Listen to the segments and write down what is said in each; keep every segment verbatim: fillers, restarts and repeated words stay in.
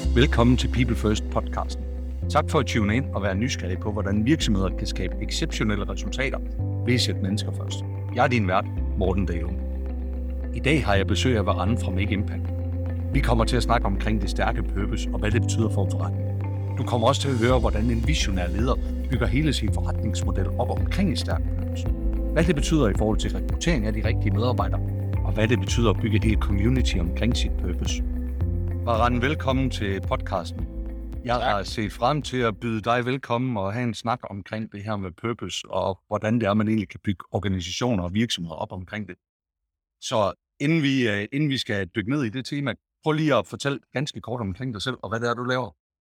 Velkommen til People First podcasten. Tak for at tune ind og være nysgerrig på, hvordan virksomheder kan skabe exceptionelle resultater ved at sætte mennesker først. Jeg er din vært, Morten Dahlum. I dag har jeg besøg af Varun fra Make Impact. Vi kommer til at snakke omkring det stærke purpose og hvad det betyder for en forretning. Du kommer også til at høre, hvordan en visionær leder bygger hele sin forretningsmodel op omkring et stærkt purpose. Hvad det betyder i forhold til rekruttering af de rigtige medarbejdere, og hvad det betyder at bygge et helt community omkring sit purpose. Varun, velkommen til podcasten. Jeg tak. har set frem til at byde dig velkommen og have en snak omkring det her med purpose, og hvordan det er, man egentlig kan bygge organisationer og virksomheder op omkring det. Så inden vi, inden vi skal dykke ned i det tema, prøv lige at fortælle ganske kort omkring dig selv, og hvad det er, du laver.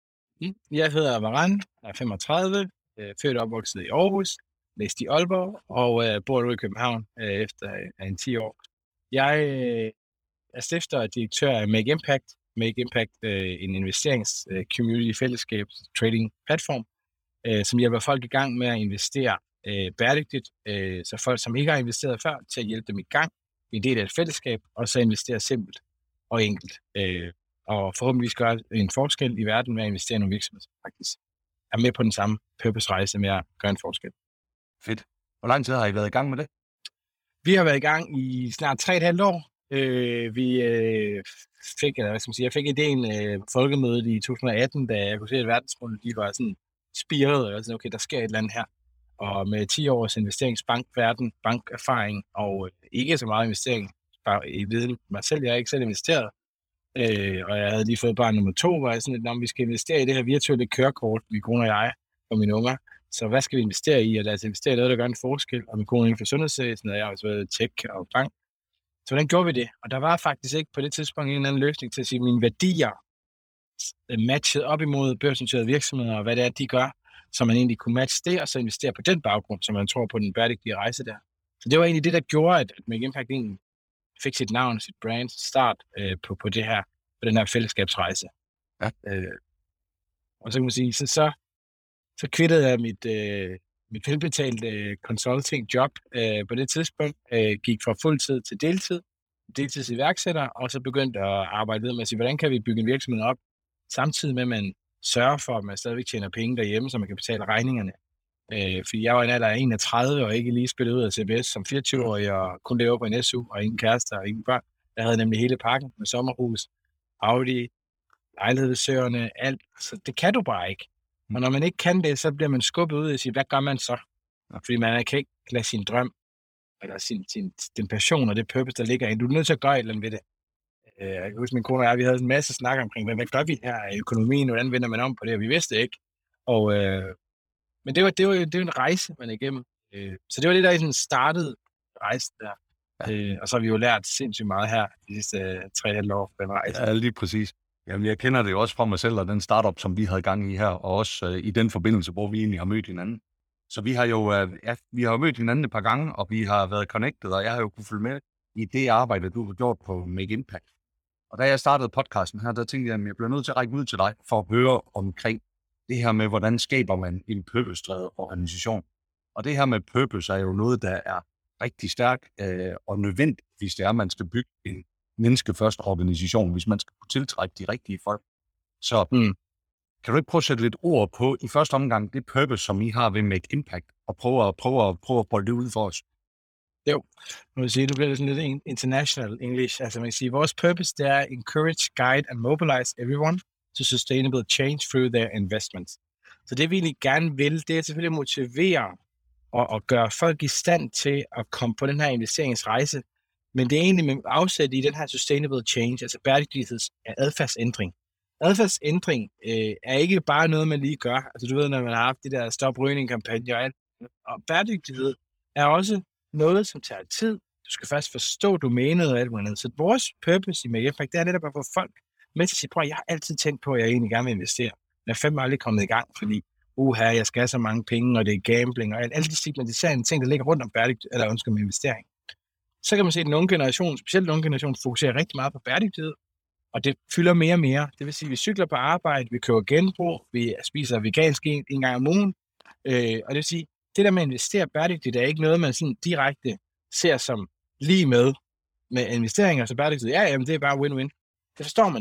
Jeg hedder Varun, jeg er femogtredive, født og opvokset i Aarhus, læst i Aalborg og øh, bor nu i København øh, efter øh, en ti år. Jeg øh, er stifter og direktør af Make Impact. Make Impact øh, en investerings øh, community fællesskab trading platform, øh, som hjælper folk i gang med at investere øh, bæredygtigt, øh, så folk, som ikke har investeret før, til at hjælpe dem i gang, i en del af et fællesskab, og så investere simpelt og enkelt. Øh, og forhåbentlig gøre en forskel i verden med at investere i nogle virksomheder, som faktisk er med på den samme purpose-rejse med at gøre en forskel. Fedt. Hvor lang tid har I været i gang med det? Vi har været i gang i snart tre og et halvt år. Øh, vi øh, fik, eller hvad skal man sige, jeg fik idéen af øh, folkemødet i to tusind og atten, da jeg kunne se, at verdensmålet de var sådan spiret, og jeg var sådan, okay, der sker et eller andet her. Og med ti års investeringsbankverden, bankerfaring og øh, ikke så meget investering, bare i viden mig selv, jeg har ikke selv investeret. Øh, og jeg havde lige fået barn nummer to, hvor jeg sådan lidt, når vi skal investere i det her virtuelle kørekort, min kone og jeg og mine unger. Så hvad skal vi investere i? Og lad os investere i noget, der gør en forskel. Og min kone inden for sundhedsvæsenet, og jeg har også været tech og bank. Så hvordan gjorde vi det? Og der var faktisk ikke på det tidspunkt en eller anden løsning til at sige, at mine værdier matchede op imod børsnoterede virksomheder, og hvad det er, de gør, så man egentlig kunne matche det, og så investere på den baggrund, så man tror på den bæredygtige rejse der. Så det var egentlig det, der gjorde, at Make Impact egentlig fik sit navn, sit brand, sit start øh, på, på det her, på den her fællesskabsrejse. Ja. Øh, og så kan man sige, så, så, så kvittede jeg mit, øh, mit velbetalte øh, consulting job øh, på det tidspunkt, øh, gik fra fuldtid til deltid, deltids iværksætter, og så begyndte at arbejde videre med at sige, hvordan kan vi bygge en virksomhed op, samtidig med, at man sørger for, at man stadigvæk tjener penge derhjemme, så man kan betale regningerne. Øh, fordi jeg var en alder af enogtredive og ikke lige spillet ud af C B S som fireogtyve-årig og kun lever på en S U og ingen kærester og ingen børn. Jeg havde nemlig hele pakken med sommerhus, Audi, lejlighedsøerne, alt. Så det kan du bare ikke. Og når man ikke kan det, så bliver man skubbet ud og siger, hvad gør man så? Fordi man kan ikke lade sin drøm, eller sin, sin, den passion og det purpose, der ligger i. Du er nødt til at gøre et eller andet ved det. Jeg kan huske, min kone og jeg, vi havde en masse snak omkring, hvad, hvad gør vi her i økonomien, hvordan vender man om på det, og vi vidste ikke. Og, øh, men det var, det, var, det var en rejse, man er igennem. Øh, så det var det, der sådan startede rejsen der. Ja. Øh, og så har vi jo lært sindssygt meget her de sidste øh, tre halvt år på den rejse. Ja, lige præcis. Jamen, jeg kender det jo også fra mig selv, og den startup, som vi havde gang i her, og også øh, i den forbindelse, hvor vi egentlig har mødt hinanden. Så vi har jo øh, ja, vi har mødt hinanden et par gange, og vi har været connected, og jeg har jo kunnet følge med i det arbejde, du har gjort på Make Impact. Og da jeg startede podcasten her, der tænkte jeg, at jeg bliver nødt til at række ud til dig, for at høre omkring det her med, hvordan skaber man en purpose-drevet organisation. Og det her med purpose er jo noget, der er rigtig stærk øh, og nødvendigt, hvis det er, at man skal bygge en menneskeførst organisation, hvis man skal kunne tiltrække de rigtige folk. Så mm. kan du ikke prøve at sætte lidt ord på i første omgang det purpose, som I har ved Make Impact, og prøve at, prøve at, prøve at bolde det ud for os? Jo, nu vil sige, du bliver sådan lidt international English. Altså man kan sige, vores purpose det er encourage, guide and mobilize everyone to sustainable change through their investments. Så det vi egentlig gerne vil, det er selvfølgelig at motivere og, og gøre folk i stand til at komme på den her investeringsrejse, men det er egentlig med afsæt i den her sustainable change, altså bæredygtigheds adfærdsændring. Adfærdsændring øh, er ikke bare noget, man lige gør. Altså du ved, når man har haft de der stop rygning-kampagner og alt. Og bæredygtighed er også noget, som tager tid. Du skal først forstå domænet og alt muligt. Så vores purpose i Make Impact, det er netop at få folk med til at sige, prøv, jeg har altid tænkt på, at jeg egentlig gerne vil investere. Men jeg er fandme aldrig kommet i gang, fordi uha, jeg skal have så mange penge, og det er gambling, og alt, alle de stigmatiserende ting, der ligger rundt om bæredygtighed, eller ønsker med investering. Så kan man se, at den unge generation, specielt den unge generation, fokuserer rigtig meget på bæredygtighed, og det fylder mere og mere. Det vil sige, at vi cykler på arbejde, vi køber genbrug, vi spiser vegansk en, en gang om ugen, øh, og det vil sige, det der med at investere bæredygtigt, er ikke noget, man sådan direkte ser som lige med, med investeringer, så bæredygtighed, ja, jamen det er bare win-win. Det forstår man ikke.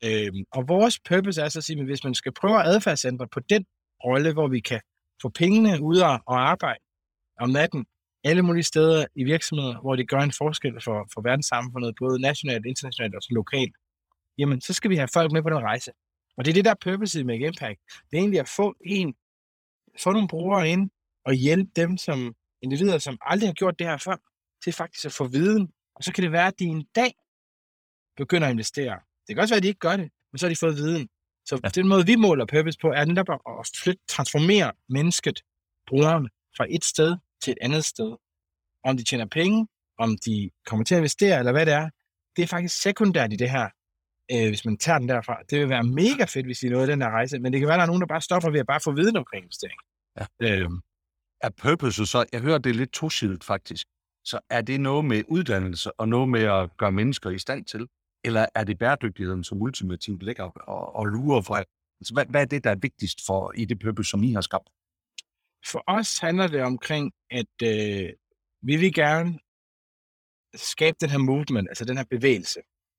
Øhm, og vores purpose er så at sige, at hvis man skal prøve at adfærdsændre på den rolle, hvor vi kan få pengene ud og arbejde om natten, alle mulige steder i virksomheder, hvor det gør en forskel for, for verdenssamfundet, både nationalt, internationalt og så lokalt, jamen så skal vi have folk med på den rejse. Og det er det, der er purpose i Make Impact. Det er egentlig at få en, få nogle brugere ind og hjælpe dem som individer, som aldrig har gjort det her før, til faktisk at få viden. Og så kan det være, at de en dag begynder at investere. Det kan også være, at de ikke gør det, men så har de fået viden. Så ja. Den måde, vi måler purpose på, er den der at flytte, transformere mennesket, brugerne, fra et sted til et andet sted. Om de tjener penge, om de kommer til at investere, eller hvad det er, det er faktisk sekundært i det her, øh, hvis man tager den derfra. Det vil være mega fedt, hvis de nåede den her rejse, men det kan være, at der er nogen, der bare stopper ved at bare få viden omkring investering. Ja. Øhm. Er purpose så, jeg hører, det er lidt tosidigt faktisk, så er det noget med uddannelse og noget med at gøre mennesker i stand til, eller er det bæredygtigheden, som ultimativt ligger og, og lurer fra? Altså, hvad, hvad er det, der er vigtigst for i det purpose, som I har skabt? For os handler det omkring, at øh, vi vil gerne skabe den her movement, altså den her bevægelse.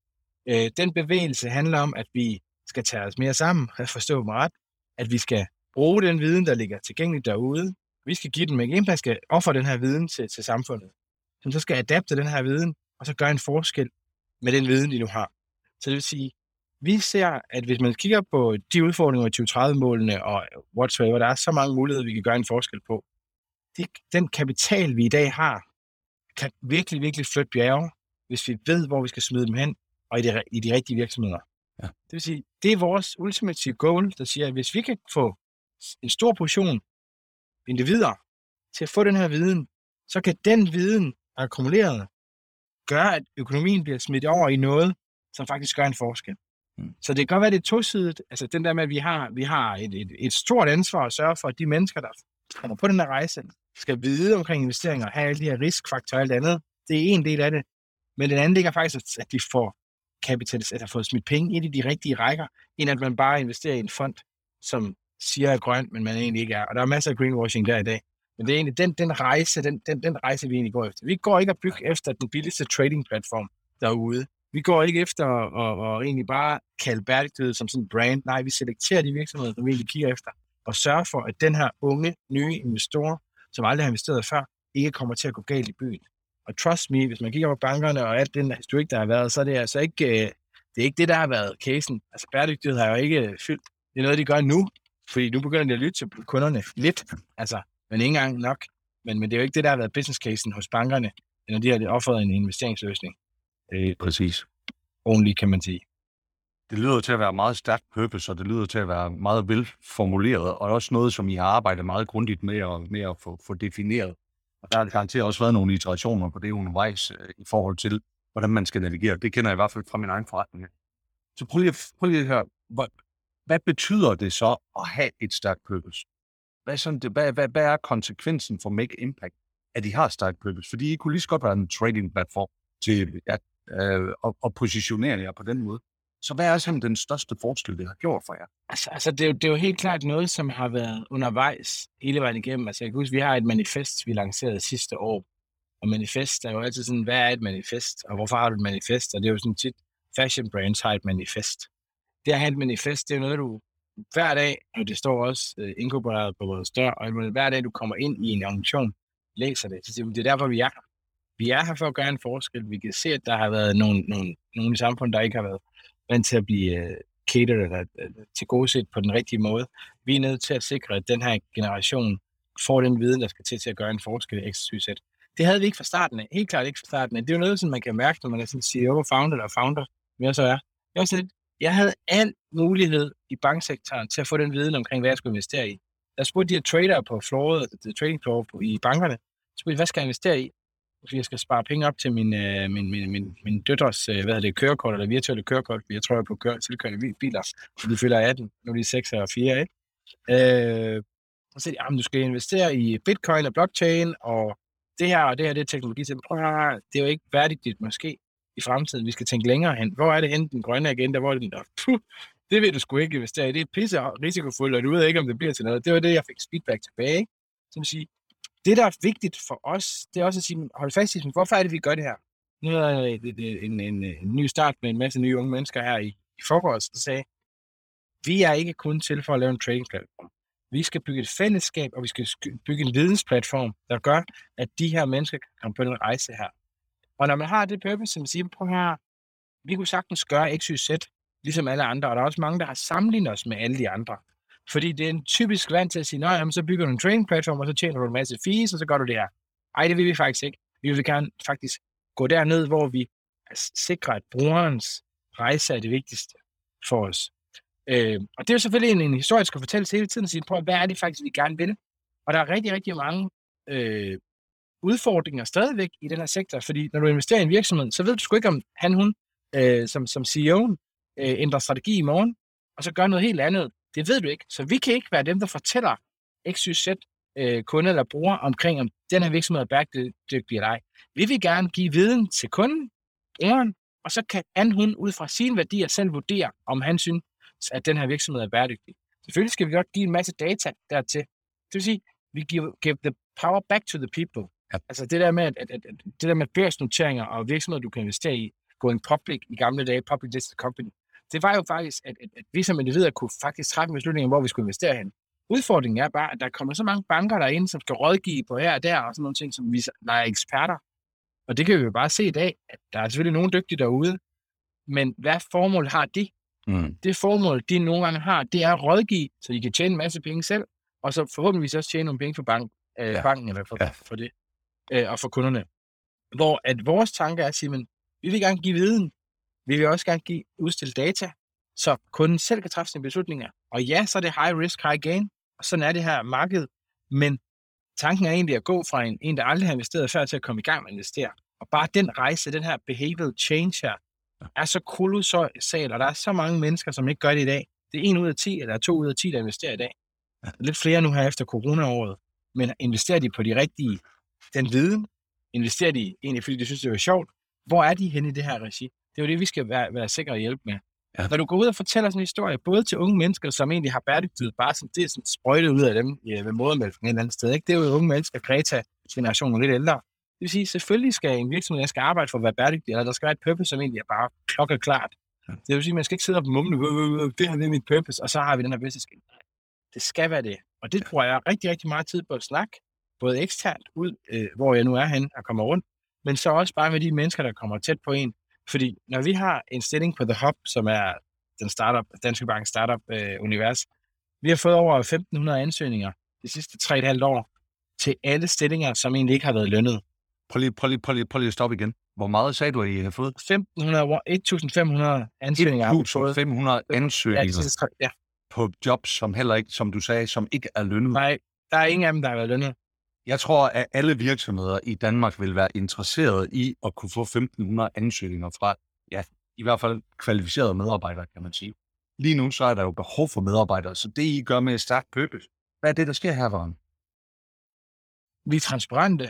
Øh, den bevægelse handler om, at vi skal tage os mere sammen, at forstå mig ret, at vi skal bruge den viden, der ligger tilgængelig derude. Vi skal give den med Make Impact, skal ofre den her viden til, til samfundet, som så skal adapte den her viden, og så gøre en forskel med den viden, de nu har. Så det vil sige, vi ser, at hvis man kigger på de udfordringer i tyve tredive-målene og whatsoever, der er så mange muligheder, vi kan gøre en forskel på. Det, den kapital, vi i dag har, kan virkelig, virkelig flytte bjerge, hvis vi ved, hvor vi skal smide dem hen, og i de, i de rigtige virksomheder. Ja. Det vil sige, det er vores ultimative goal, der siger, at hvis vi kan få en stor portion individer til at få den her viden, så kan den viden, der er akkumuleret, gøre, at økonomien bliver smidt over i noget, som faktisk gør en forskel. Mm. Så det kan godt være, det er tosidigt. Altså den der med, at vi har, vi har et, et, et stort ansvar at sørge for, at de mennesker, der kommer på den her rejse, skal vide omkring investeringer, have alle de her riskfaktorer og alt andet. Det er en del af det. Men den anden del er faktisk, at de får kapitalis, at de får smidt penge ind i de rigtige rækker, end at man bare investerer i en fond, som siger er grøn, men man egentlig ikke er. Og der er masser af greenwashing der i dag. Men det er egentlig den, den rejse, den, den, den rejse, vi egentlig går efter. Vi går ikke at bygge efter den billigste trading-platform derude. Vi går ikke efter at, at egentlig bare kalde bæredygtighed som sådan en brand. Nej, vi selekterer de virksomheder, som vi egentlig kigger efter, og sørger for, at den her unge, nye investor, som aldrig har investeret før, ikke kommer til at gå galt i byen. Og trust me, hvis man kigger på bankerne og alt den historik, der har været, så er det altså ikke det, er ikke det der har været casen. Altså bæredygtighed har jo ikke fyldt. Det er noget, de gør nu, fordi nu begynder de at lytte til kunderne lidt, altså, men ikke engang nok. Men, men det er jo ikke det, der har været business casen hos bankerne, når de har offeret en investeringsløsning. Øh, Præcis. Only, kan man sige. Det lyder til at være meget stærkt purpose, og det lyder til at være meget velformuleret, og også noget, som I har arbejdet meget grundigt med at, med at få, få defineret. Og der har garanteret også været nogle iterationer på det undervejs øh, i forhold til, hvordan man skal navigere. Det kender jeg i hvert fald fra min egen forretning. Så prøv lige at, prøv lige at høre, hvad, hvad betyder det så at have et stærkt purpose? Hvad, sådan det, hvad, hvad, hvad er konsekvensen for Make Impact, at de har stærkt purpose? Fordi I kunne lige så godt være en trading-platform til at øh, og, og positionere jer på den måde. Så hvad er simpelthen den største forskel, det har gjort for jer? Altså, altså det, er jo, det er jo helt klart noget, som har været undervejs hele vejen igennem. Altså jeg kan huske, vi har et manifest, vi lancerede sidste år. Og manifest er jo altid sådan, hvad er et manifest? Og hvorfor har du et manifest? Og det er jo sådan tit, fashion brands har et manifest. Det at have et manifest, det er noget, du hver dag, og det står også uh, inkorporeret på vores dør, og hver dag, du kommer ind i en organisation, læser det. Så det er derfor, vi er her. Vi er her for at gøre en forskel. Vi kan se, at der har været nogle, nogle, nogle i samfundet, der ikke har været vant til at blive uh, catered eller uh, tilgodeset på den rigtige måde. Vi er nødt til at sikre, at den her generation får den viden, der skal til til at gøre en forskel i X Y Z. Det havde vi ikke fra starten af. Helt klart ikke fra starten af. Det er jo noget, som man kan mærke, når man er sådan C E O og founder eller founder, hvad så er. Jeg, var sådan, jeg havde al mulighed i banksektoren til at få den viden omkring, hvad jeg skulle investere i. Der spurgte de her trader på flooret, det trading floor på, i bankerne, spurgte, hvad skal jeg investere i? Fordi jeg skal spare penge op til min, øh, min, min, min, min døtres øh, hvad hedder det, kørekort, eller virtuelle kørekort, jeg tror jeg på køre, tilkørende biler, så de fylder atten, nu er de seks og fire, ikke? Øh, og så siger de, du skal investere i bitcoin og blockchain, og det her og det her, det er teknologi, så det er jo ikke værdigt måske i fremtiden. Vi skal tænke længere hen. Hvor er det hen, den grønne agenda? Hvor er den der? Puh, det vil du sgu ikke investere i. Det er pisse risikofuldt, og du ved ikke, om det bliver til noget. Det var det, jeg fik feedback tilbage. Så man siger, det, der er vigtigt for os, det er også at sige, hold fast i, hvorfor er det, vi gør det her? Nu er der en, en, en, en ny start med en masse nye unge mennesker her i, i forgårs, og sagde, vi er ikke kun til for at lave en trading-platform. Vi skal bygge et fællesskab, og vi skal bygge en vidensplatform, der gør, at de her mennesker kan komme på den rejse her. Og når man har det purpose, som siger, prøv her, vi kunne sagtens gøre X Y Z, ligesom alle andre, og der er også mange, der har sammenlignet os med alle de andre. Fordi det er en typisk vant til at sige, nej, så bygger du en trading-platform, og så tjener du en masse fees, og så gør du det her. Ej, det vil vi faktisk ikke. Vi vil gerne faktisk gå derned, hvor vi sikrer, at brugerens rejse er det vigtigste for os. Øh, og det er jo selvfølgelig en, en historie, der skal fortælles hele tiden, og sige, prøv, hvad er det faktisk, vi gerne vil? Og der er rigtig, rigtig mange øh, udfordringer stadigvæk i den her sektor, fordi når du investerer i en virksomhed, så ved du sgu ikke, om han, hun, øh, som, som C E O'en, øh, ændrer strategi i morgen, og så gør noget helt andet. Det ved du ikke. Så vi kan ikke være dem, der fortæller X Y Z øh, kunder eller brugere omkring, om den her virksomhed er bæredygtig eller ej. Vi vil gerne give viden til kunden, brugeren, og så kan han, hun ud fra sine værdier selv vurdere, om han synes, at den her virksomhed er bæredygtig. Selvfølgelig skal vi godt give en masse data dertil. Det vil sige, vi giver give the power back to the people. Ja. Altså det der med, at, at, at, det der med børsnoteringer og virksomheder, du kan investere i, going public i gamle dage, public listed company, det var jo faktisk, at, at, at vi som individer kunne faktisk træffe en beslutning om, hvor vi skulle investere hen. Udfordringen er bare, at der kommer så mange banker derinde, som skal rådgive på her og der, og sådan nogle ting, som vi leger eksperter. Og det kan vi jo bare se i dag, at der er selvfølgelig nogen dygtige derude, men hvad formål har de? Mm. Det formål, de nogle gange har, det er at rådgive, så de kan tjene en masse penge selv, og så forhåbentligvis også tjene nogle penge for bank, øh, ja. banken eller for, ja. for det, øh, og for kunderne. Hvor at vores tanke er at sige, men vi vil gerne give viden, vi vil også gerne give udstille data, så kunden selv kan træffe sine beslutninger. Og ja, så er det high risk, high gain, og sådan er det her marked, men tanken er egentlig at gå fra en, en der aldrig har investeret før, til at komme i gang med at investere. Og bare den rejse, den her behavioral change her, er så kolossalt, og der er så mange mennesker, som ikke gør det i dag. Det er en ud af ti, eller to ud af ti, der investerer i dag. Lidt flere nu her efter corona-året. Men investerer de på de rigtige, den viden? Investerer de egentlig, fordi de synes, det er sjovt? Hvor er de henne i det her regi? Det er jo det, vi skal være, være sikre at hjælpe med. Ja. Når du går ud og fortæller sådan en historie, både til unge mennesker, som egentlig har bæredygtighed, bare sådan, det er sådan sprøjtet ud af dem ja, ved modermælken et eller andet sted. Ikke? Det er jo unge mennesker, Greta-generationen lidt ældre. Det vil sige, selvfølgelig skal en virksomhed, der skal arbejde for at være bæredygtig, eller der skal være et purpose, som egentlig er bare klokkeklart. Ja. Det vil sige, man skal ikke sidde op og mumle, det her er mit purpose, og så har vi den her business. Det skal være det. Og det bruger jeg rigtig, rigtig meget tid på at snakke, både eksternt ud, øh, hvor jeg nu er henne og kommer rundt, men så også bare med de mennesker, der kommer tæt på en. Fordi når vi har en stilling på The Hub, som er den startup, Danske Bank Startup-univers, øh, vi har fået over femten hundrede ansøgninger de sidste tre og et halvt år til alle stillinger, som egentlig ikke har været lønnet. Prøv lige, prøv lige, prøv lige, prøv lige at stoppe igen. Hvor meget sagde du, at I har fået? femten hundrede, et tusind fem hundrede ansøgninger. et tusind fem hundrede ansøgninger ja, ja. på jobs, som heller ikke, som du sagde, som ikke er lønnet. Nej, der er ingen af dem, der har været lønnet. Jeg tror, at alle virksomheder i Danmark vil være interesserede i at kunne få femten hundrede ansøgninger fra, ja, i hvert fald kvalificerede medarbejdere, kan man sige. Lige nu så er der jo behov for medarbejdere, så det I gør med et stærkt purpose. Hvad er det, der sker her, Varen? Vi er transparente.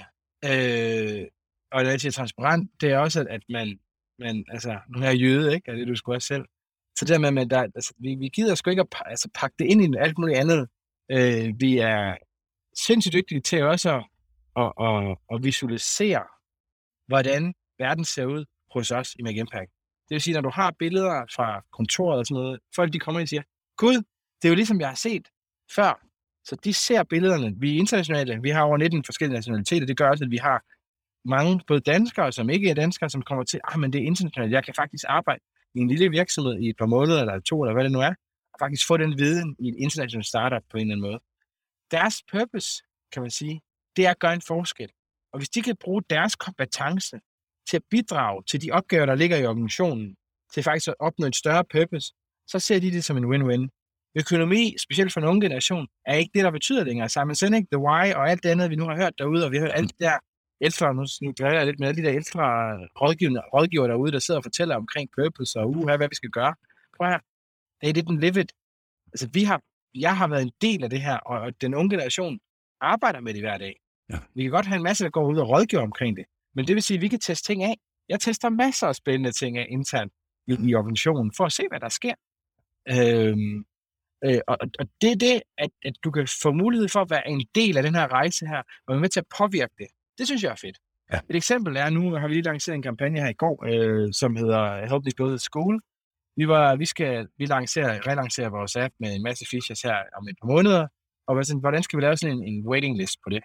Øh, og når jeg siger transparent, det er også, at man, man altså, nu er jeg jøde, ikke? Er det, du skulle også selv. Så det med, med der, altså, vi, vi gider sgu ikke at altså, pakke det ind i alt muligt andet. Øh, vi er sindssygt dygtige til også at, at, at, at visualisere, hvordan verden ser ud hos os i Make Impact. Det vil sige, når du har billeder fra kontoret og sådan noget, folk de kommer ind og siger, gud, det er jo ligesom jeg har set før. Så de ser billederne. Vi er internationale. Vi har over nitten forskellige nationaliteter. Det gør også, at vi har mange, både danskere, som ikke er danskere, som kommer til, ah, men det er internationalt. Jeg kan faktisk arbejde i en lille virksomhed i et par måneder, eller to, eller hvad det nu er, og faktisk få den viden i et internationalt startup på en eller anden måde. Deres purpose, kan man sige, det er at gøre en forskel. Og hvis de kan bruge deres kompetence til at bidrage til de opgaver, der ligger i organisationen, til faktisk at opnå et større purpose, så ser de det som en win-win. Økonomi, specielt for en unge generation, er ikke det, der betyder længere. Simon Sinek, The Why og alt det andet, vi nu har hørt derude, og vi har hørt alt det der ældre, nu, nu driller jeg lidt med alle de der ældre rådgiver, rådgiver derude, der sidder og fortæller omkring purpose og uha, hvad vi skal gøre. Prøv her. Det er didn't live it. Altså, vi har, jeg har været en del af det her, og, og den unge generation arbejder med det hver dag. Ja. Vi kan godt have en masse, der går ud og rådgiver omkring det, men det vil sige, at vi kan teste ting af. Jeg tester masser af spændende ting af internt i, i organisationen, for at se, hvad der sker. Øhm, Øh, og, og det er det, at, at du kan få mulighed for at være en del af den her rejse her, og være med til at påvirke det. Det synes jeg er fedt. Ja. Et eksempel er, nu har vi lige lanceret en kampagne her i går, øh, som hedder Help Me Build a School, Vi, var, vi skal vi lancerer, relancere vores app med en masse features her om et par måneder, og hvad sådan, hvordan skal vi lave sådan en, en waiting list på det?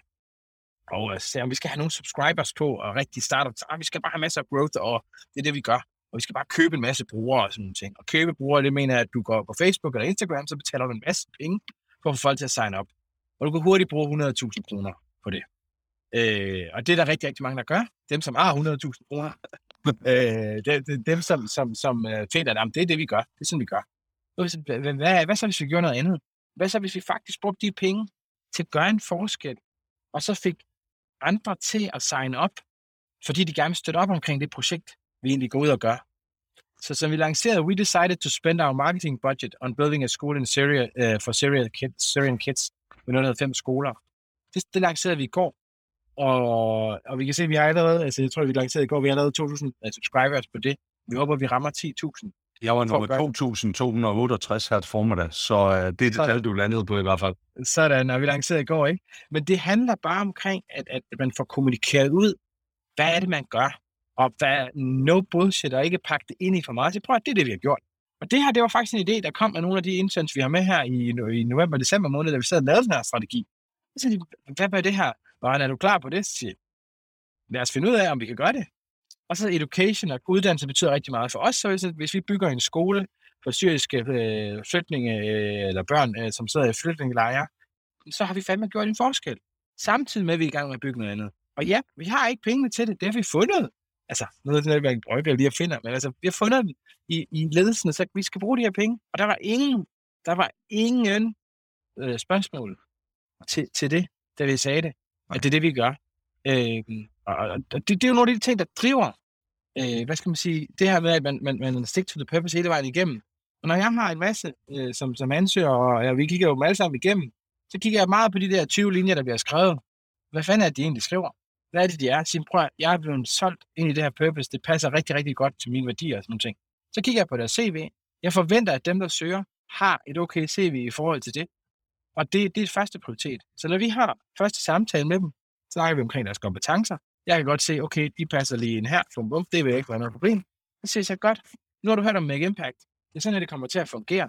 Og uh, se, om vi skal have nogle subscribers på, og rigtig starte, ah, vi skal bare have masser af growth, og det er det, vi gør. Og vi skal bare købe en masse brugere og sådan nogle ting. Og købe brugere, det mener jeg, at du går på Facebook eller Instagram, så betaler du en masse penge for at få folk til at sign up. Og du kan hurtigt bruge hundrede tusind kroner på det. Øh, og det er der rigtig, rigtig mange, der gør. Dem, som har hundrede tusind kroner. øh, det, det, dem, som, som, som uh, finder, at det er det, vi gør. Det er sådan, vi gør. Hvad, hvad, hvad så, hvis vi gjorde noget andet? Hvad så, hvis vi faktisk brugte de penge til at gøre en forskel, og så fik andre til at sign up, fordi de gerne vil støtte op omkring det projekt, vi egentlig går ud og gør. Så som vi lancerede, we decided to spend our marketing budget on building a school in Syria uh, for Syrian kids, Syrian kids med noget halvfems skoler. Det, det lancerede vi i går, og, og vi kan se, at vi har allerede, altså jeg tror, vi lancerede i går, vi har allerede to tusind uh, subscribers på det. Vi håber, at vi rammer ti tusind. Jeg var nummer to tusind to hundrede otteogtres her til formiddag, så uh, det er det tal, du landede på i hvert fald. Sådan, og vi lancerede i går, ikke? Men det handler bare omkring, at, at man får kommunikeret ud, hvad er det, man gør, og hvad no bullshit, og ikke pakke det ind i for meget. Så prøv at det er det, vi har gjort. Og det her, det var faktisk en idé, der kom af nogle af de interns, vi har med her i, i november og december måned, da vi sad og lavede den her strategi. Så sagde de, hvad er det her? Hvordan er du klar på det? Så siger, lad os finde ud af, om vi kan gøre det. Og så education og uddannelse betyder rigtig meget for os. Så hvis, hvis vi bygger en skole for syriske øh, flygtninge øh, eller børn, øh, som sidder i flygtningelejre, så har vi fandme gjort en forskel. Samtidig med, at vi er i gang med at bygge noget andet. Og ja, vi har ikke pengene til det. Det har vi fundet. Altså, noget af det, jeg prøver lige at finde, men altså, vi har fundet dem i, i ledelsen, så vi skal bruge de her penge. Og der var ingen, der var ingen øh, spørgsmål til, til det, da vi sagde det. At det er det, vi gør. Øh, og, og det, det er jo nogle af de ting, der driver, øh, hvad skal man sige, det her med, at man, man, man stick to the purpose hele vejen igennem. Og når jeg har en masse øh, som, som ansøger, og ja, vi kigger jo dem alle sammen igennem, så kigger jeg meget på de der tyve linjer, der bliver skrevet. Hvad fanden er det, de egentlig skriver? Hvad er det, de er? Så prøv at, jeg er blevet solgt ind i det her purpose. Det passer rigtig, rigtig godt til mine værdier og sådan nogle ting. Så kigger jeg på deres C V. Jeg forventer, at dem, der søger, har et okay C V i forhold til det. Og det, det er første prioritet. Så når vi har første samtale med dem, så snakker vi omkring deres kompetencer. Jeg kan godt se, okay, de passer lige ind her. Bum, bum, det vil ikke være noget problem. Så siger jeg godt, nu har du hørt om Make Impact. Det er sådan, at det kommer til at fungere.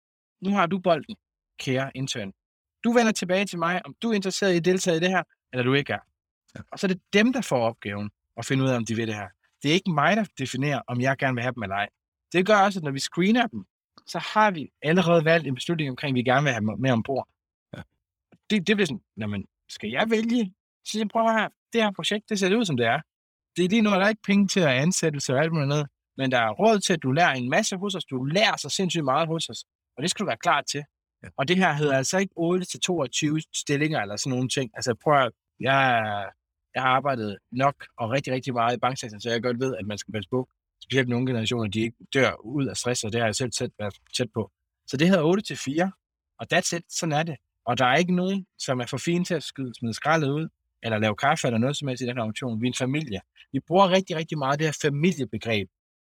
Nu har du bolden, kære intern. Du vender tilbage til mig, om du er interesseret i at deltage i det her, eller du ikke er. Ja. Og så er det dem, der får opgaven at finde ud af, om de vil det her. Det er ikke mig, der definerer, om jeg gerne vil have dem eller ej. Det gør også, at når vi screener dem, så har vi allerede valgt en beslutning omkring, at vi gerne vil have dem med ombord. Ja. Det, det bliver sådan, jamen, skal jeg vælge? Så jeg prøver her, det her projekt, det ser ud, som det er. Det er lige nu, der er ikke penge til at ansætte sig og alt muligt noget, men der er råd til, at du lærer en masse hos os. Du lærer så sindssygt meget hos os, og det skal du være klar til. Ja. Og det her hedder altså ikke otte til toogtyve stillinger eller sådan nogle ting. Altså prøv at, jeg, jeg har arbejdet nok og rigtig, rigtig meget i banksektoren, så jeg godt ved, at man skal passe på. Specielt nogle generationer, de ikke dør ud af stress, og det har jeg selv tæt været tæt på. Så det hedder otte til fire, og that's it, sådan er det. Og der er ikke nogen, som er for fine til at skyde, smide skraldet ud, eller lave kaffe eller noget som helst i den her organisation. Vi er en familie. Vi bruger rigtig, rigtig meget det her familiebegreb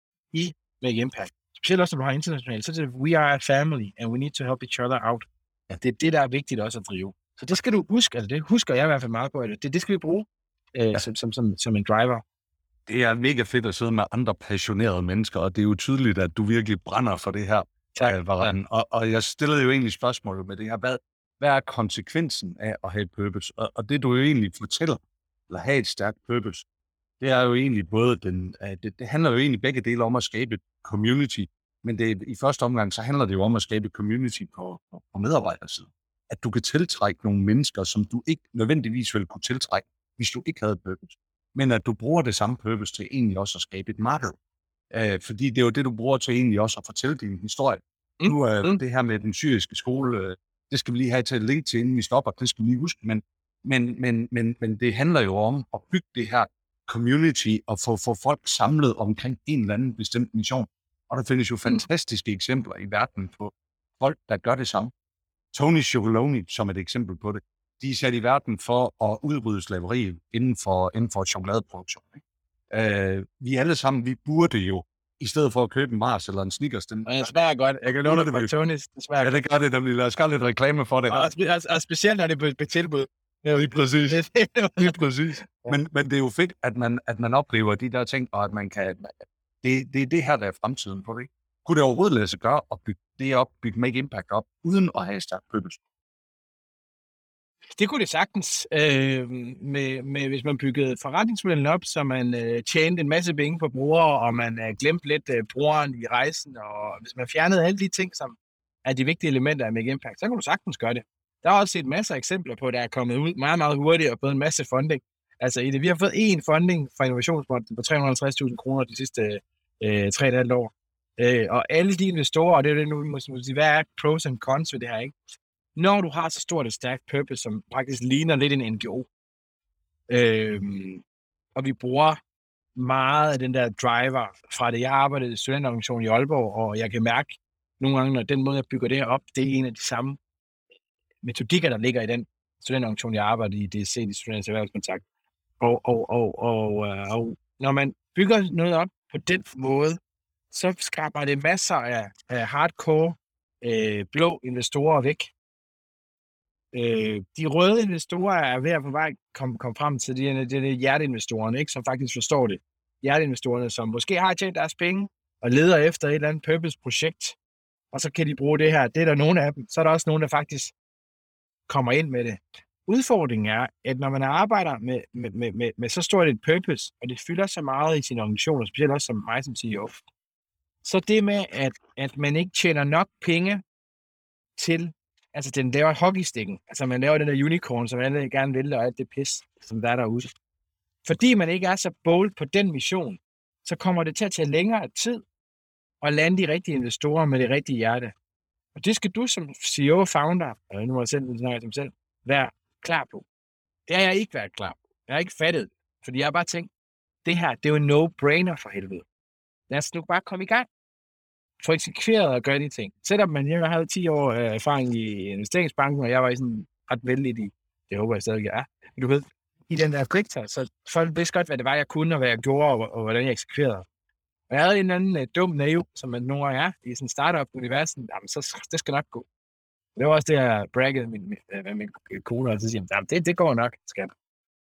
i Make Impact. Specielt også, når du har internationalt, så er det, we are a family, and we need to help each other out. Ja, det er det, der er vigtigt også at drive. Så det skal du huske, altså det husker jeg i hvert fald meget på, det, det skal vi bruge øh, ja. som, som, som, som en driver. Det er mega fedt at sidde med andre passionerede mennesker, og det er jo tydeligt, at du virkelig brænder for det her. Tak. Ja. Og, og jeg stillede jo egentlig spørgsmålet med det her, hvad, hvad er konsekvensen af at have et purpose? Og, og det du jo egentlig fortæller, eller have et stærkt purpose, det er jo egentlig både den, det, det handler jo egentlig begge dele om at skabe et community, men det, i første omgang, så handler det jo om at skabe et community på, på, på medarbejdersiden. At du kan tiltrække nogle mennesker, som du ikke nødvendigvis ville kunne tiltrække, hvis du ikke havde et purpose. Men at du bruger det samme purpose til egentlig også at skabe et marked. Øh, fordi det er jo det, du bruger til egentlig også at fortælle din historie. Mm. Nu er øh, det her med den syriske skole, øh, det skal vi lige have til at link til, inden vi stopper. Det skal vi lige huske. Men, men, men, men, men det handler jo om at bygge det her community og få, få folk samlet omkring en eller anden bestemt mission. Og der findes jo fantastiske eksempler i verden på folk, der gør det samme. Tony Chocolonely, som et eksempel på det, de er sat i verden for at udrydde slaveri inden for, inden for chokoladeproduktion. Ikke? Uh, vi alle sammen, vi burde jo, i stedet for at købe en Mars eller en Snickers, den... Ja, det smager godt. Jeg kan låne det fra Tony's. Det smager ja, det gør det, nemlig. Lad os gøre lidt reklame for det. Og, og, og specielt, når det er på tilbud. Ja, lige præcis. lige præcis. Ja. Men, men det er jo fedt, at man, at man oplever de der ting, og at man kan... Det, det er det her, der er fremtiden på det. Kunne det overhovedet lade sig gøre at bygge det op, bygge Make Impact op, uden at have stærkt purpose? Det kunne det sagtens, øh, med, med, hvis man byggede forretningsmodellen op, så man øh, tjente en masse penge på brugere, og man øh, glemte lidt øh, brugeren i rejsen, og hvis man fjernede alle de ting, som er de vigtige elementer af Make Impact, så kunne du sagtens gøre det. Der er også set masser af eksempler på, at der er kommet ud meget, meget hurtigt og fået en masse funding. Altså i det, vi har fået én funding fra Innovationsfonden på tre hundrede og halvtreds tusind kroner de sidste øh, tre komma fem år. Øh, og alle de investorer, og det er det nu, vi må sige, hvad er pros and cons ved det her, ikke? Når du har så stort et stærkt purpose, som faktisk ligner lidt en N G O, øhm, og vi bruger meget af den der driver fra det, jeg arbejdede i studenterorganisationen i Aalborg, og jeg kan mærke nogle gange, når den måde, jeg bygger det her op, det er en af de samme metodikker, der ligger i den studenterorganisation, jeg arbejder i, D S C, de studerende erhvervskontakt. Og, og, og, og, og når man bygger noget op på den måde, så skaber det masser af, af hardcore øh, blå investorer væk. Øh, de røde investorer er ved at på vej komme kom frem til de, de, de hjerteinvestorerne, ikke, som faktisk forstår det. Hjerteinvestorerne, som måske har tjent deres penge og leder efter et eller andet purpose-projekt, og så kan de bruge det her. Det er der nogle af dem. Så er der også nogen, der faktisk kommer ind med det. Udfordringen er, at når man arbejder med, med, med, med, med så stort et purpose, og det fylder så meget i sin organisation, og specielt også som mig som C E O, så det med, at, at man ikke tjener nok penge til, altså den laver hockeystikken, altså man laver den der unicorn, som alle gerne vil, og alt det pis, som der er derude. Fordi man ikke er så bold på den mission, så kommer det til at tage længere tid at lande de rigtige investorer med det rigtige hjerte. Og det skal du som C E O og founder, og nu må jeg selv snakke som selv, være klar på. Det har jeg ikke været klar på. Jeg har ikke fattet det, fordi jeg har bare tænkt, det her, det er jo en no-brainer for helvede. Lad os nu bare komme i gang. Få eksekveret og gøre de ting. Selvom man, jeg havde ti år øh, erfaring i investeringsbanken, og jeg var i sådan ret vældig i, det håber jeg stadig, jeg er, du ved, i den der pligter, så folk vidste godt, hvad det var, jeg kunne, og hvad jeg gjorde, og, og hvordan jeg eksekverede. Og jeg havde en anden øh, dum naiv, som man nogle gange er, i sådan en startup-universen, jamen, så det skal nok gå. Det var også det, jeg braggede min, min, min, min kone, og så siger jeg, det, det går nok, skat.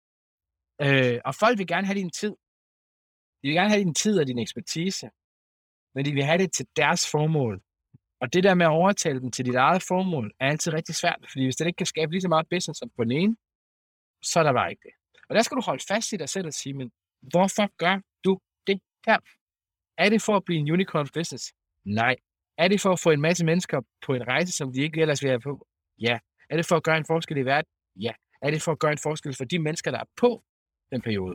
Øh, og folk vil gerne have din tid. De vil gerne have din tid og din ekspertise, men de vil have det til deres formål. Og det der med at overtale dem til dit eget formål, er altid rigtig svært, fordi hvis det ikke kan skabe lige så meget business som på den ene, så er der bare ikke det. Og der skal du holde fast i dig selv og sige, men hvorfor gør du det her? Er det for at blive en unicorn business? Nej. Er det for at få en masse mennesker på en rejse, som de ikke ellers vil have på? Ja. Er det for at gøre en forskel i verden? Ja. Er det for at gøre en forskel for de mennesker, der er på den periode?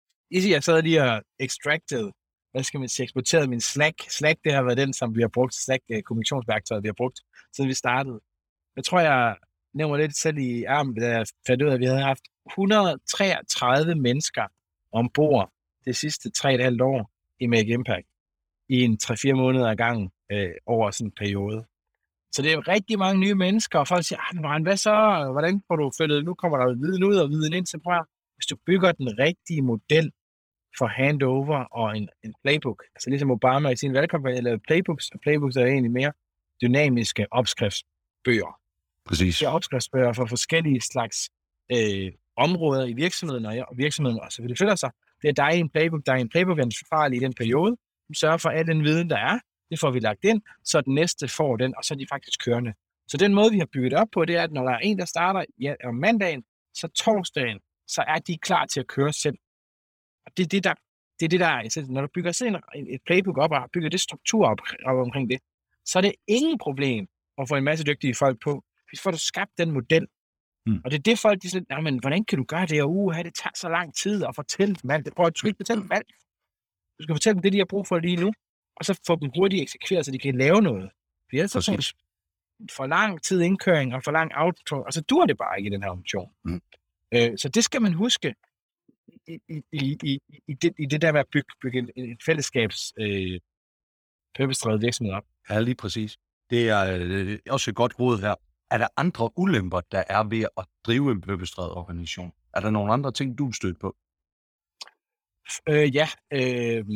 Jeg sad lige og extracted, hvad skal man sige, eksporteret min Slack. Slack, det har været den, som vi har brugt, Slack-kommunikationsværktøjet, vi har brugt, siden vi startede. Jeg tror, jeg nævner lidt selv i armen, da jeg fandt ud af, at vi havde haft et hundrede og treogtredive mennesker ombord det sidste tre komma fem år i Make Impact, i en tre fire måneder ad gangen øh, over sådan en periode. Så det er rigtig mange nye mennesker, og folk siger, ah, hvad så? Hvordan får du følget? Nu kommer der viden ud og viden ind, så prøv. Hvis du bygger den rigtige model for handover og en, en playbook, altså ligesom Obama i sin valgkampagne lavede playbooks, og playbooks er egentlig mere dynamiske opskriftsbøger. Præcis. Det er opskriftsbøger for forskellige slags øh, områder i virksomheden, og virksomheden også selvfølgelig følger sig. Det er der er en playbook, der er en playbook, der er farlig i den periode. Vi sørger for, at al den viden, der er, det får vi lagt ind, så den næste får den, og så er de faktisk kørende. Så den måde, vi har bygget op på, det er, at når der er en, der starter ja, om mandagen, så torsdagen, så er de klar til at køre selv. Og det er det, der, det er det, der er. Når du bygger sådan et playbook op, og bygger det struktur op, op omkring det, så er det ingen problem at få en masse dygtige folk på. Hvis får du skabt den model. Mm. Og det er det, folk de siger, men hvordan kan du gøre det? Og uh, det tager så lang tid at fortælle dem alt. Prøv at trykke fortælle dem alt. Du skal fortælle dem det, de har brug for lige nu, og så få dem hurtigt eksekveret, så de kan lave noget. For ellers så får for lang tid indkøring og for lang outro, og så dur det bare ikke i den her funktion. Mm. Øh, så det skal man huske i, i, i, i, i, det, i det der med at bygge, bygge et, et fællesskabs øh, purpose-drevet virksomhed op. Ja, lige præcis. Det er øh, også et godt råd her. Er der andre ulemper, der er ved at drive en purpose-drevet organisation? Er der nogle andre ting, du er stødt på? Øh, ja. Øh,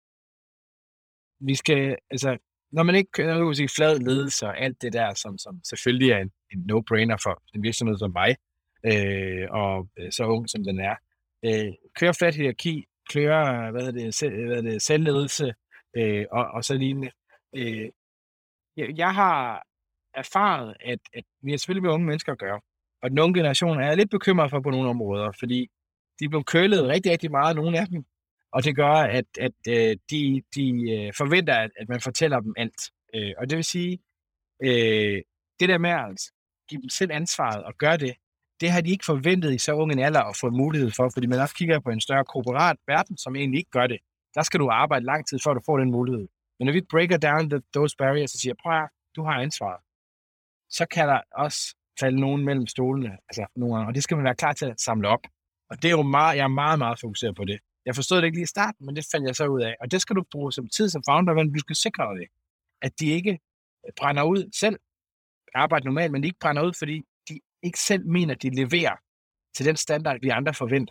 vi skal, altså, når man ikke når man sige, flad ledelse og alt det der, som, som selvfølgelig er en, en no-brainer for en virksomhed som mig, øh, og øh, så ung som den er. Øh, kører flat hierarki, kører hvad er det, selv, hvad er det, selvledelse, øh, og, og så lignende. Øh, jeg, jeg har erfaret, at, at vi har selvfølgelig med unge mennesker at gøre, og den unge generation er jeg lidt bekymret for på nogle områder, fordi de er blevet kølet rigtig, rigtig meget, nogle af dem, og det gør, at, at øh, de, de øh, forventer, at, at man fortæller dem alt. Øh, og det vil sige, øh, det der med at give dem selv ansvaret og gøre det, det har de ikke forventet i så ung en alder at få mulighed for, fordi man også kigger på en større korporat verden, som egentlig ikke gør det. Der skal du arbejde lang tid, før du får den mulighed. Men når vi breaker down the, those barriers og siger, prøv at, du har ansvaret, så kan der også falde nogen mellem stolene, altså nogle gange, og det skal man være klar til at samle op. Og det er jo meget, jeg er meget, meget fokuseret på det. Jeg forstod det ikke lige i starten, men det fandt jeg så ud af. Og det skal du bruge som tid som founder, men du skal sikre dig, at de ikke brænder ud selv, arbejder normalt, men de ikke brænder ud, fordi de ikke selv mener, at de leverer til den standard, vi andre forventer.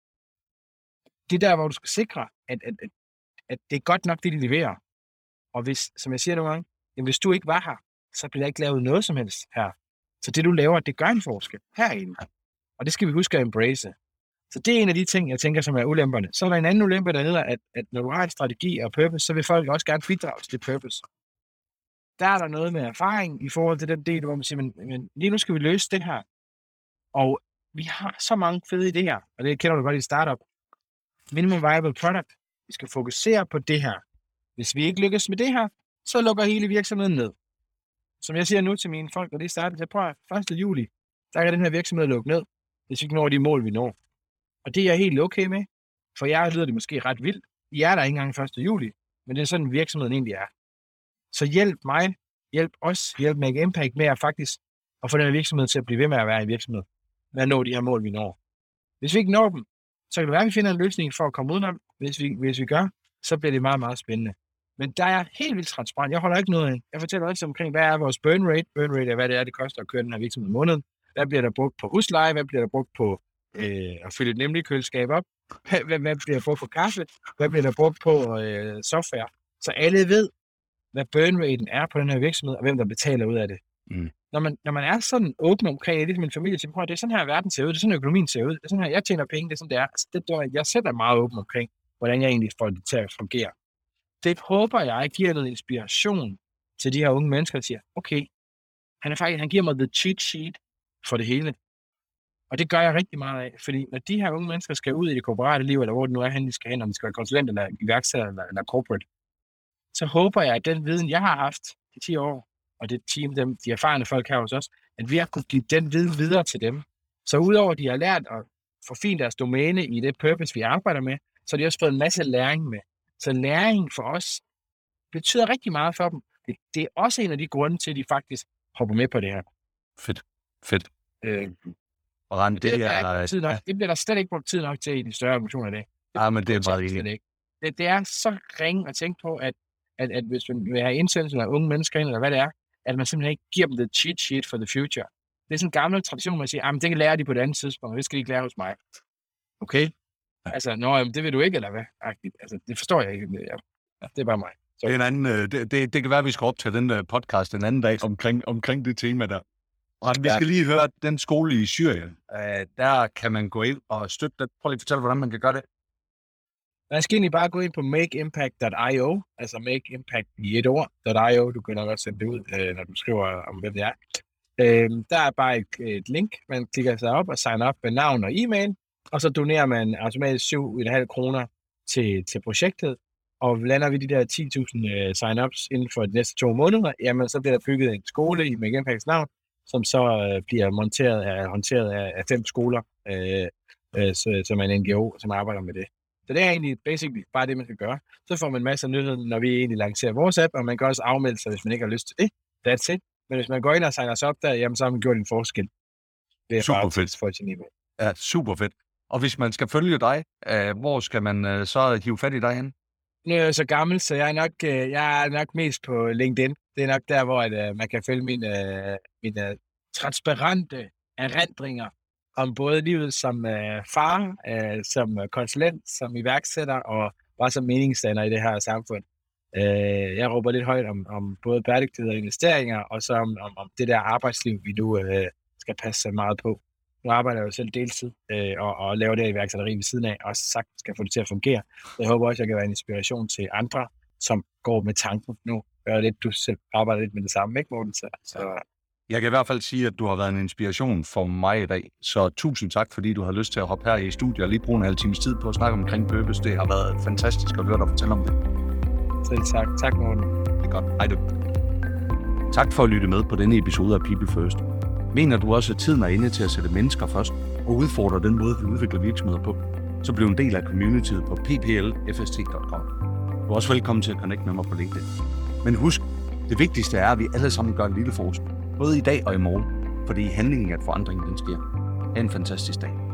Det er der, hvor du skal sikre, at, at, at, at det er godt nok, det de leverer. Og hvis, som jeg siger nogle gange, jamen hvis du ikke var her, så bliver der ikke lavet noget som helst her. Så det, du laver, det gør en forskel herinde. Og det skal vi huske at embrace. Så det er en af de ting, jeg tænker, som er ulemperne. Så er der en anden ulempe, der hedder, at, at når du har en strategi og purpose, så vil folk også gerne bidrage til det purpose. Der er der noget med erfaring i forhold til den del, hvor man siger, men, men lige nu skal vi løse det her. Og vi har så mange fede idéer, og det kender du godt i startup. Minimum viable product. Vi skal fokusere på det her. Hvis vi ikke lykkes med det her, så lukker hele virksomheden ned. Som jeg siger nu til mine folk, når de starter til prøv første juli, der kan den her virksomhed lukke ned, hvis vi ikke når de mål, vi når. Og det er jeg helt okay med. For jer lyder det måske ret vildt. I er der ikke engang første juli, men det er sådan, virksomheden egentlig er. Så hjælp mig, hjælp os, hjælp Make Impact med at faktisk at få den her virksomhed til at blive ved med at være en virksomhed, med at nå de her mål, vi når. Hvis vi ikke når dem, så kan det være, at vi finder en løsning for at komme udenom. Hvis vi, hvis vi gør, så bliver det meget, meget spændende. Men der er helt vildt transparent. Jeg holder ikke noget ind. Jeg fortæller også omkring, hvad er vores burn rate. Burn rate er, hvad det er, det koster at køre den her virksomhed i måneden. Hvad bliver der brugt på husleje? Hvad bliver der brugt på øh, at fylde et nemlig køleskab op? Hvad, hvad, hvad bliver der brugt på kaffe? Hvad bliver der brugt på øh, software? Så alle ved, hvad burn raten er på den her virksomhed, og hvem der betaler ud af det. Mm. Når, man, når man er sådan åben omkring, det er min familie, siger, det er sådan her, verden ser ud, det er sådan, økonomien ser ud, det er sådan her, jeg tjener penge, det er sådan, det er. Altså, det, det, jeg selv er meget åben omkring, hvordan jeg egentlig får det til at fungere. Det håber jeg giver noget inspiration til de her unge mennesker, der siger, okay, han, er faktisk, han giver mig the cheat sheet for det hele. Og det gør jeg rigtig meget af, fordi når de her unge mennesker skal ud i det korporate liv, eller hvor det nu er hen, de skal hen, om de skal være konsulent, eller iværksætter, eller, eller corporate, så håber jeg, at den viden, jeg har haft i ti år, og det team, dem, de erfarne folk her hos os, at vi har kunnet give den viden videre til dem. Så udover at de har lært at forfine deres domæne i det purpose, vi arbejder med, så har de også fået en masse læring med. Så læring for os betyder rigtig meget for dem. Det, det er også en af de grunde til, at de faktisk hopper med på det her. Fedt. Fedt. Øh, og Rand, det, det, er, er tid nok. Det bliver der slet ikke brugt tid nok til i de større organisationer i dag. Ja, ah, men det er bare ikke. Det, det er så ringe at tænke på, at, at, at hvis man vil have indsættelse af unge mennesker ind, eller hvad det er, at man simpelthen ikke giver dem the cheat sheet for the future. Det er sådan en gammel tradition, man siger, at det kan lære de på et andet tidspunkt, og det skal de ikke lære hos mig. Okay? Ja. Altså, nå, jamen, det vil du ikke, eller hvad? Altså, det forstår jeg ikke. Ja, det er bare mig. Så. Det, er en anden, det, det, det kan være, at vi skal op til den podcast en anden dag omkring, omkring det tema der. Og vi skal lige høre, den skole i Syrien, uh, der kan man gå ind og støtte det. Prøv lige at fortælle, hvordan man kan gøre det. Man skal egentlig bare gå ind på make impact dot i o, altså make impact i et ord, .io. Du kan nok også sende det ud, øh, når du skriver om, hvem det er. Øh, der er bare et, et link, man klikker sig op og signer op med navn og e-mail, og så donerer man automatisk syv komma fem kroner til, til projektet, og lander vi de der ti tusind øh, sign-ups inden for de næste to måneder, jamen så bliver der bygget en skole i Make Impacts navn, som så øh, bliver monteret af, håndteret af, af fem skoler, øh, øh, så, som er en N G O, som arbejder med det. Så det er egentlig basically bare det, man skal gøre. Så får man masser af nyheder, når vi egentlig lancerer vores app, og man kan også afmelde sig, hvis man ikke har lyst til det. That's it. Men hvis man går ind og signer sig op der, jamen så har man gjort en forskel. Det er super fedt. For sin e-mail. Ja, super fedt. Og hvis man skal følge dig, øh, hvor skal man øh, så hive fat i dig hen? Nu er jeg så gammel, så jeg er nok, øh, jeg er nok mest på LinkedIn. Det er nok der, hvor at, øh, man kan følge mine, øh, mine transparente erindringer om både livet som øh, far, øh, som konsulent, som iværksætter og bare som meningsdanner i det her samfund. Øh, jeg råber lidt højt om, om både bæredygtighed og investeringer, og så om, om, om det der arbejdsliv, vi nu øh, skal passe meget på. Nu arbejder jeg jo selv deltid øh, og, og laver det iværksætteri ved siden af, og sagt skal få det til at fungere. Så jeg håber også, at jeg kan være en inspiration til andre, som går med tanken nu. gøre lidt, du selv arbejder lidt med det samme, ikke, Morten? Så, så Jeg kan i hvert fald sige, at du har været en inspiration for mig i dag. Så tusind tak, fordi du har lyst til at hoppe her i studiet og lige bruge en halv times tid på at snakke omkring purpose. Det har været fantastisk at høre dig fortælle om det. Selv tak. Tak, Morten. Det er godt. Hej du. Tak for at lytte med på denne episode af People First. Mener du også, at tiden er inde til at sætte mennesker først og udfordre den måde, vi udvikler virksomheder på, så bliv en del af communityet på p p l f s t punktum com. Du er også velkommen til at connecte med mig på LinkedIn. Men husk, det vigtigste er, at vi alle sammen gør en lille forskel. Både i dag og i morgen, fordi handlingen af forandringen den sker. Ha' en fantastisk dag.